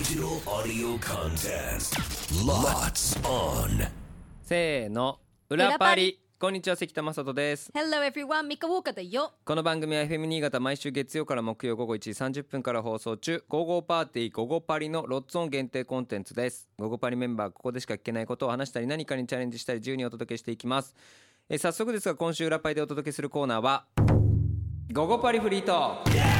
Digital audio contest. Lots on. せーの、裏パリ。こんにちは、関田正人です。 Hello everyone、ミカウォーカーだよ。 この番組は FM 新潟毎週月曜から木曜午後1時30分から放送中、ゴーゴーパーティーゴゴパリのロッツオン限定コンテンツです。ゴゴパリメンバー、ここでしか聞けないことを話したり、何かにチャレンジしたり、自由にお届けしていきます。早速ですが、今週裏パリでお届けするコーナーはゴゴパリフリートーク。 イエーイ。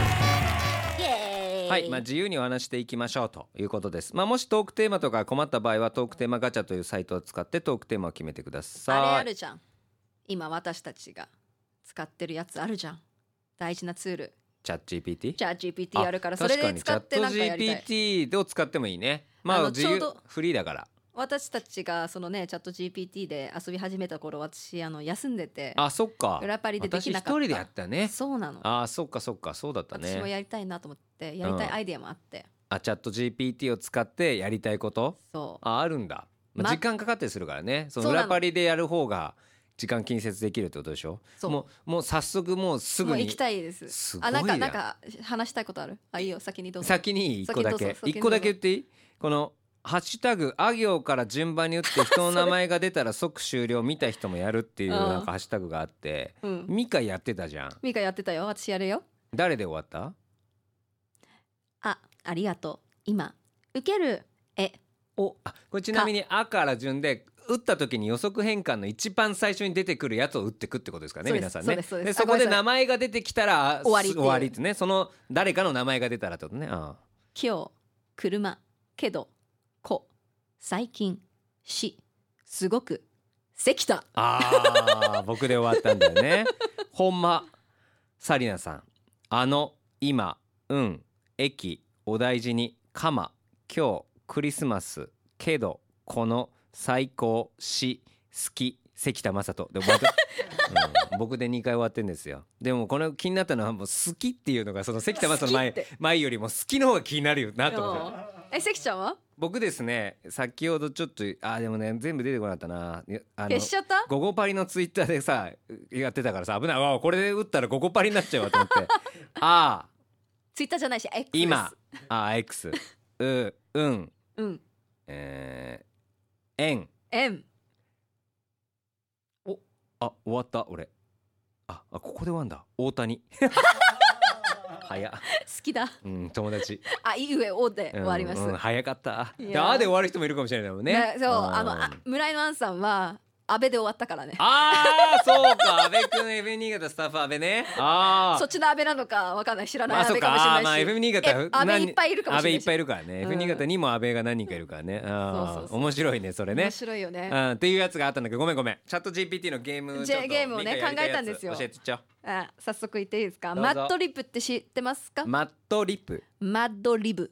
はい、自由にお話していきましょうということです。もしトークテーマとか困った場合はトークテーマガチャというサイトを使ってトークテーマを決めてください。 あれあるじゃん、今私たちが使ってるやつあるじゃん、大事なツール、 チャット GPT？ チャット GPT あるから、それで使ってなんかやりたい。 チャット GPT を使ってもいいね。自由ちょうどフリーだから。 私たちがそのねチャット GPT で遊び始めた頃、私休んでて、 あ、そっか。 裏パリでできなかった。 私一人でやったね。 そうなの。 あ、そっかそっか、そうだったね。 私もやりたいなと思ってやりたいアイデアもあって、 チャット GPT を使ってやりたいこと、 そうあるんだ。時間かかったりするからね。そのそうなの裏パリでやる方が時間近接できるってことでしょ。 そうもう早速もうすぐにもう行きたいです。 すごいやなんか話したいことある？いいよ、先にどうぞ。 先に1個だけ先にどうぞ 1個だけ言っていい？このハッシュタグあ行から順番に打って人の名前が出たら即終了、見た人もやるっていうなんかハッシュタグがあって、ミカやってたじゃん。 ミカやってたよ、私やるよ。 誰で終わった？ ありがとう。今受けるこれちなみにあから順で打った時に予測変換の一番最初に出てくるやつを打ってくってことですからね、皆さんね。でそこで名前が出てきたら終わりってね。その誰かの名前が出たらってことね。今日、車、けど、子、最近、し、すごく、関田。 僕で終わったんだよね。ほんま、サリナさん、今、駅、お大事に、かま、今日、クリスマス、けど、この、最高、し、好き、関田正人で終わった、僕で2回終わってんですよ。でもこの気になったのは、もう好きっていうのがその関田正人の前よりも好きの方が気になるよなと思って。 関ちゃんは？僕ですね、先ほどちょっとでもね全部出てこなかったな。 消しちゃった？ ゴゴパリのツイッターでさやってたからさ、危ない、これで打ったらゴゴパリになっちゃうわと思ってツイッターじゃないし X です。 今X 円終わった俺。ここで終わんだ。大谷早っ。好きだ。 友達。 いい上おで終わります。 早かった。で終わる人もいるかもしれないもんね。 そう、村井のアンさんは安倍で終わったからね。 そうか、安倍くん FM 新潟スタッフ安倍ね。 そっちの安倍なのかわかんない、知らない安倍かもしれないし。 FM 新潟安倍いっぱいいるかもしれないし。 安倍いっぱいいるからね。FM 新潟にも安倍が何人かいるからね。面白いねそれね。 面白いよね。 っていうやつがあったんだけど、ごめん。チャット GPT のゲームをね考えたんですよ。 教えてちゃう。 早速言っていいですか？マッドリブって知ってますか？ マッドリブ。 はい。 I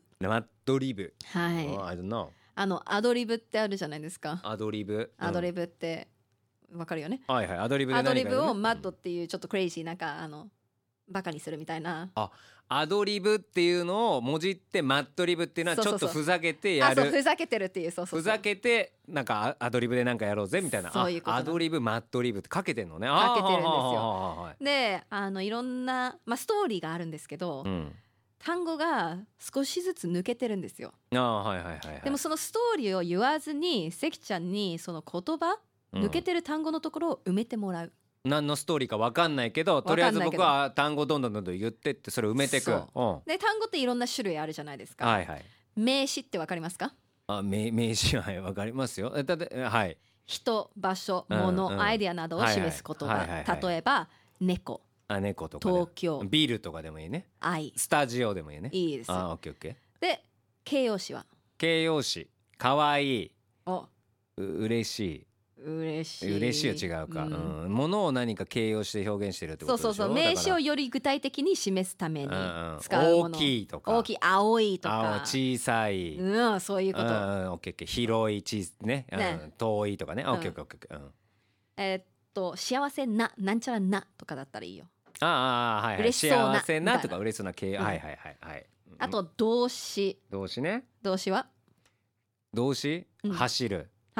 don't know。 アドリブってあるじゃないですか。 アドリブってわかるよね。 はいはい。アドリブで何かアドリブをマッドっていうちょっとクレイジーなんかバカにするみたいな。 アドリブっていうのをもじってマッドリブっていうのはちょっとふざけてやる。 ふざけてるっていう。 ふざけてなんかアドリブでなんかやろうぜみたいな。 そういうこと。 アドリブマッドリブってかけてんのね。 かけてるんですよ。でいろんなストーリーがあるんですけど、単語が少しずつ抜けてるんですよ。でもそのストーリーを言わずに関ちゃんにその言葉抜けてる単語のところを埋めてもらう。 何のストーリーか分かんないけど、とりあえず僕は単語どんどん言ってってそれを埋めていく。 で単語っていろんな種類あるじゃないですか。名詞って分かりますか？ 名詞は分かりますよ。 人、場所、物、アイデアなどを示す言葉。例えば猫、 猫とか東京、 ビルとかでもいいね。 愛、 スタジオでもいいね。 いいです。 オッケー。 で形容詞は？ 形容詞、かわいい、嬉しいは違うか。物を何か形容して表現してるってことでしょ。 そう名詞をより具体的に示すために使うもの。 大きいとか、 青いとか、 小さい、 そういうこと。 オッケー。広い、ね、遠いとかね。オッケー。 幸せな、なんちゃらなとかだったらいいよ。 嬉しそうな、幸せなとか嬉しそうな形。あと動詞。 動詞ね。 動詞は？ 動詞、走る。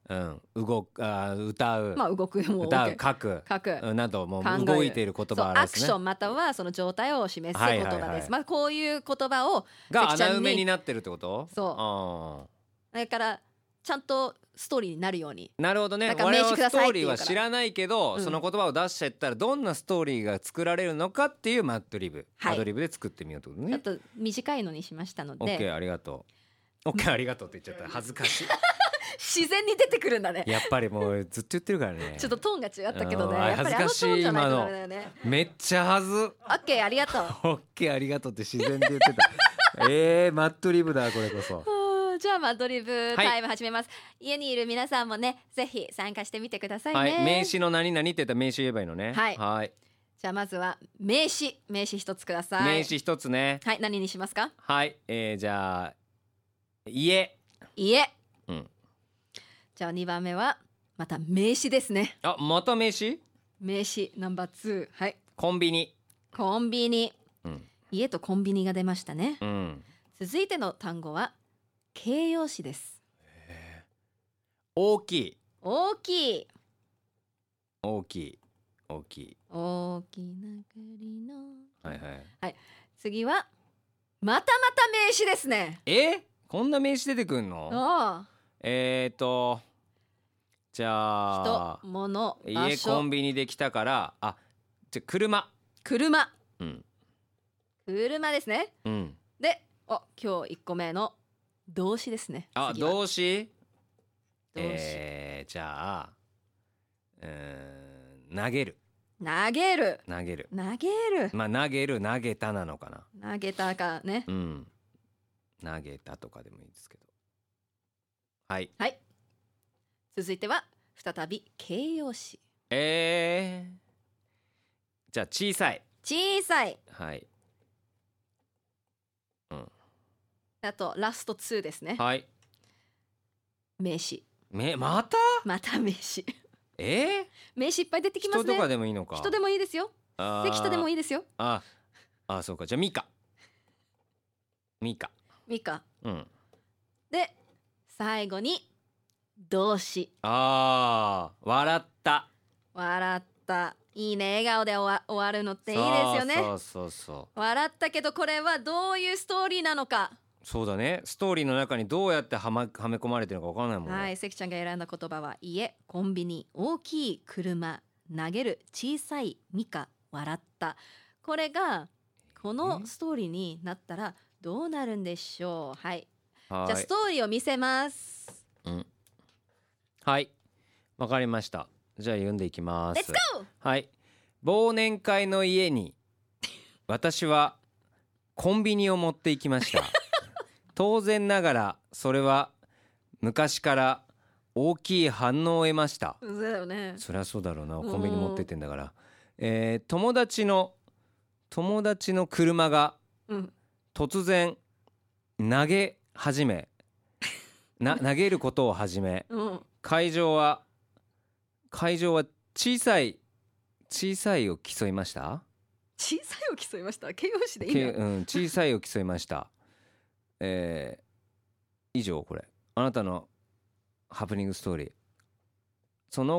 歌う、 動くも歌う、書くなどもう動いている言葉アクションまたはその状態を示す言葉です。こういう言葉をが穴埋めになってるってこと？ そう。だからちゃんとストーリーになるように。 なるほどね。我々はストーリーは知らないけど、その言葉を出しちゃったらどんなストーリーが作られるのかっていうマドリブで作ってみようってことね。 ちょっと短いのにしましたので。 OK ありがとう。OK ありがとうって言っちゃった。恥ずかしい。 自然に出てくるんだね。 やっぱりもうずっと言ってるからね。 ちょっとトーンが違ったけどね。 恥ずかしい今の。めっちゃはず。 OK ありがとう。 OK ありがとうって自然で言ってた。マッドリブだこれこそ。 じゃあマドリブタイム始めます。家にいる皆さんもね、ぜひ参加してみてくださいね。 名詞の何々って言ったら名詞言えばいいのね。はい。 じゃあまずは名詞一つください。 名詞一つね。 はい、何にしますか？ はい、じゃあ家。 じゃあ2番目はまた名詞ですね。 また名詞ナンバー2。はい。 コンビニ。 家とコンビニが出ましたね。続いての単語は形容詞です。 大きい。 大きいな栗の。はい。 次はまた名詞ですね。 こんな名詞出てくんの？じゃあ人、物、場所。 家コンビニで来たからじゃ車ですね。で今日1個目の動詞ですね。 動詞。じゃあ投げる。投げたなのかな。 投げたかね。 投げたとかでもいいですけど。はい。 続いては再び形容詞。 じゃあ小さい。はい。 あとラスト2ですね。 はい。 名詞。 また名詞。名詞いっぱい出てきますね。 人とかでもいいのか。 人でもいいですよ。関下でもいいですよ。 そうか。じゃあミカ。 で最後に動詞。 笑った。 いいね。笑顔で終わるのっていいですよね。 そう。 笑ったけどこれはどういうストーリーなのか。 そうだね。ストーリーの中にどうやってはめ込まれてるのか分からないもんね。 はい。関ちゃんが選んだ言葉は家、コンビニ、大きい車、投げる、小さい、ミカ、笑った。これがこのストーリーになったらどうなるんでしょう。はい。じゃあストーリーを見せます。 はい。わかりました。じゃあ読んでいきます。 レッツゴー。 はい。忘年会の家に私はコンビニを持っていきました。当然ながらそれは昔から大きい反応を得ました。 そうだよね。 そりゃそうだろうな。コンビニ持ってってんだから。友達の車が突然投げ始め、投げることを始め、会場は小さいを競いました。 小さいを競いました。形容詞でいいの？ 小さいを競いました。以上。これあなたのハプニングストーリー。その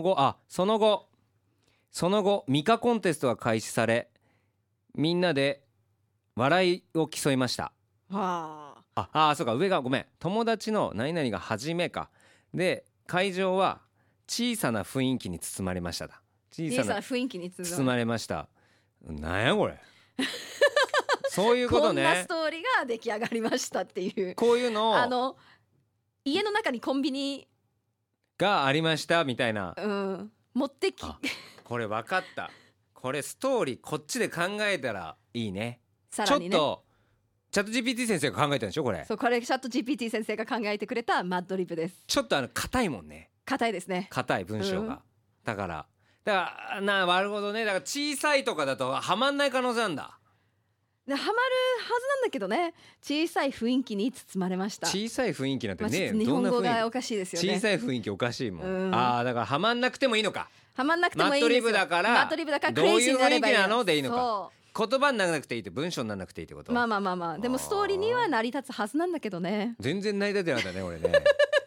後ミカコンテストが開始され、みんなで笑いを競いました。そうか。上がごめん。友達の何々が初めかで、会場は小さな雰囲気に包まれました。小さな雰囲気に包まれました。なんやこれ。そういうことね。 こんなストーリーが出来上がりましたっていう。 こういうの家の中にコンビニがありましたみたいな。 持ってき。 これ分かった。これストーリーこっちで考えたらいいね。 さらにね。 ちょっとチャット GPT 先生が考えたんでしょこれ。 そう、これチャット GPT 先生が考えてくれたマッドリブです。 ちょっと硬いもんね。 硬いですね。 硬い文章が。だからなるほどね。だから小さいとかだとはまんない可能性なんだ。 はまるはずなんだけどね。小さい雰囲気に包まれました。 小さい雰囲気なんてね、 日本語がおかしいですよね。 小さい雰囲気おかしいもん。だからはまんなくてもいいのか。 はまんなくてもいいんですよ。マッドリブだからどういう雰囲気なのでいいのか。言葉にならなくていいって、文章にならなくていいってこと。まあでもストーリーには成り立つはずなんだけどね。 全然成り立ってなかったね俺ね。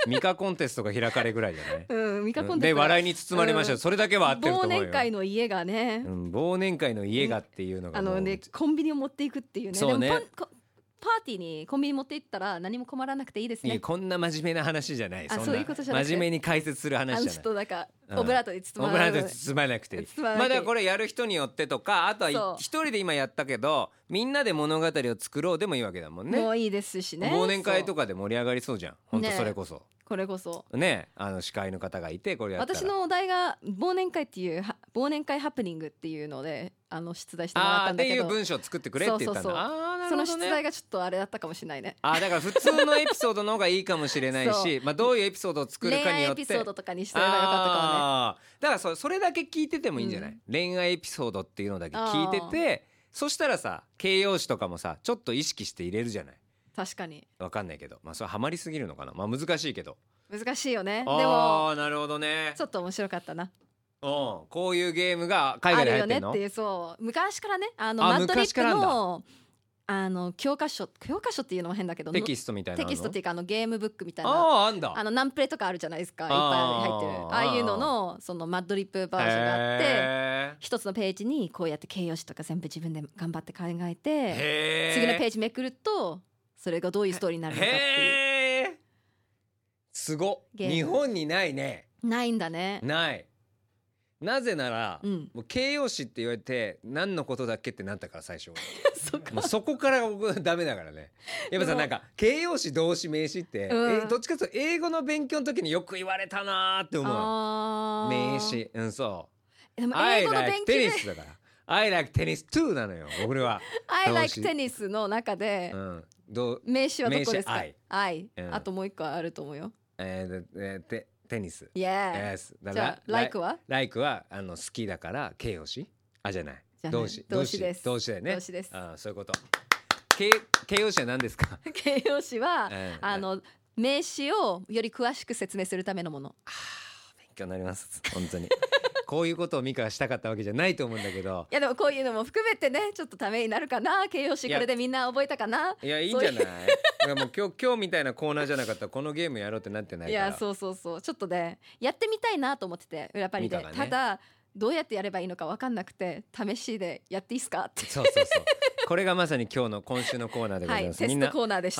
ミカコンテストが開かれぐらいじゃない？ うん、ミカコンテストで笑いに包まれました、それだけは合ってると思うよ。 忘年会の家がね、 忘年会の家がっていうのがね、コンビニを持っていくっていうね。 そうね。 でもパーティーにコンビニ持って行ったら何も困らなくていいですね。 いや、こんな真面目な話じゃない。 そういうことじゃなくて、 真面目に解説する話じゃない。 ちょっとなんかオブラートに包まなくていい。まあだからこれやる人によってとか、あとは一人で今やったけどみんなで物語を作ろうでもいいわけだもんね。 もういいですしね。 忘年会とかで盛り上がりそうじゃん。本当それこそ。 これこそね、司会の方がいてこれやったら。 私のお題が忘年会っていう忘年会ハプニングっていうので出題してもらったんだけど、 っていう文章を作ってくれって言ったんだ。 その出題がちょっとあれだったかもしれないね。 だから普通のエピソードの方がいいかもしれないしまあどういうエピソードを作るかによって恋愛エピソードとかにしてればよかったかもね。 だからそれだけ聞いててもいいんじゃない、恋愛エピソードっていうのだけ聞いてて、そしたらさ形容詞とかもさちょっと意識して入れるじゃない。 確かに分かんないけど、まあそれハマりすぎるのかな。まあ難しいけど。 難しいよね。でもなるほどね。 ちょっと面白かったな。 こういうゲームが海外で流行ってんの？ あるよねっていう。そう昔からねマッドリップの教科書っていうのも変だけどテキストみたいなの。 テキストっていうかゲームブックみたいなあんだ。 ナンプレとかあるじゃないですか。いっぱい入ってるああいうののそのマッドリップバージョンがあって一つのページにこうやって形容詞とか全部自分で頑張って考えて次のページめくるとそれがどういうストーリーになるのかっていう。 すご日本にないね。 ないんだね。 ない。なぜなら、もう形容詞って言われて何のことだっけってなったから最初もうそこから僕ダメだからね。やっぱさなんか形容詞動詞名詞って、どっちかというと英語の勉強の時によく言われたなって思う。名詞そう。でも英語の勉強で I like tennis だから I like tennis too なのよ俺は。 I like tennis の中で、名詞はどこですか？ I、あともう一個あると思うよ。 テニス。 Yes。じゃあ like は？ like は好きだから形容詞？じゃない。動詞です。動詞だよね。 動詞です。 そういうこと。形容詞は何ですか？ 形容詞は名詞をより詳しく説明するためのもの。 勉強になります本当に。こういうことをミカがしたかったわけじゃないと思うんだけど。 いやでもこういうのも含めてねちょっとためになるかな。形容詞これでみんな覚えたかな。 いやいいんじゃない。もう今日みたいなコーナーじゃなかったらこのゲームやろうってなってないから。 いやそうちょっとねやってみたいなと思ってて裏パリで、ね、ただどうやってやればいいのか分かんなくて試しでやっていいですかって。 そうこれがまさに今週のコーナーでございます。 テストコーナーでした。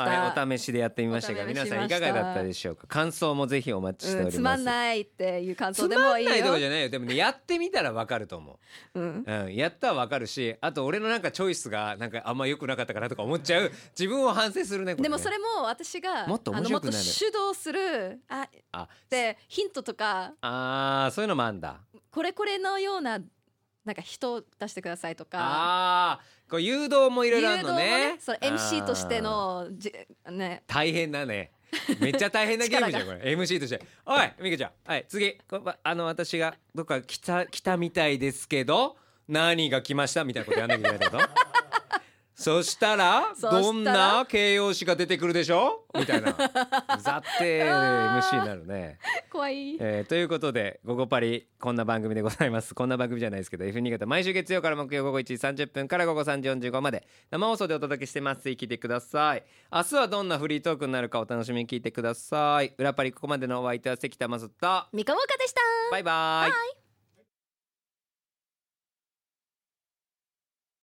お試しでやってみましたが皆さんいかがだったでしょうか。感想もぜひお待ちしております。 つまんないっていう感想でもいいよ。 つまんないとかじゃないよ。でもねやってみたら分かると思う。やったら分かるし、あと俺のなんかチョイスがなんかあんま良くなかったかなとか思っちゃう自分を反省するね。 でもそれも私がもっと面白くなる。 もっと主導するでヒントとかそういうのもあんだ。 これのようななんか人を出してくださいとか。 こう誘導もいろいろあるのね。 それ MC としてのね。 大変だね。めっちゃ大変なゲームじゃんこれ。MC として。おいミカちゃん、はい次私がどっか来たみたいですけど何が来ましたみたいなことやんなきゃいけないってこと。そしたらどんな形容詞が出てくるでしょみたいな。ざって MC になるね。 怖い。 ということで午後パリこんな番組でございます。こんな番組じゃないですけど F 新潟毎週月曜から木曜午後1時30分から午後3時45まで生放送でお届けしてます。ぜひ聞いてください。明日はどんなフリートークになるかお楽しみに聞いてください。裏パリここまでのお相手は関田正人、 三河岡でした。 バイバイ。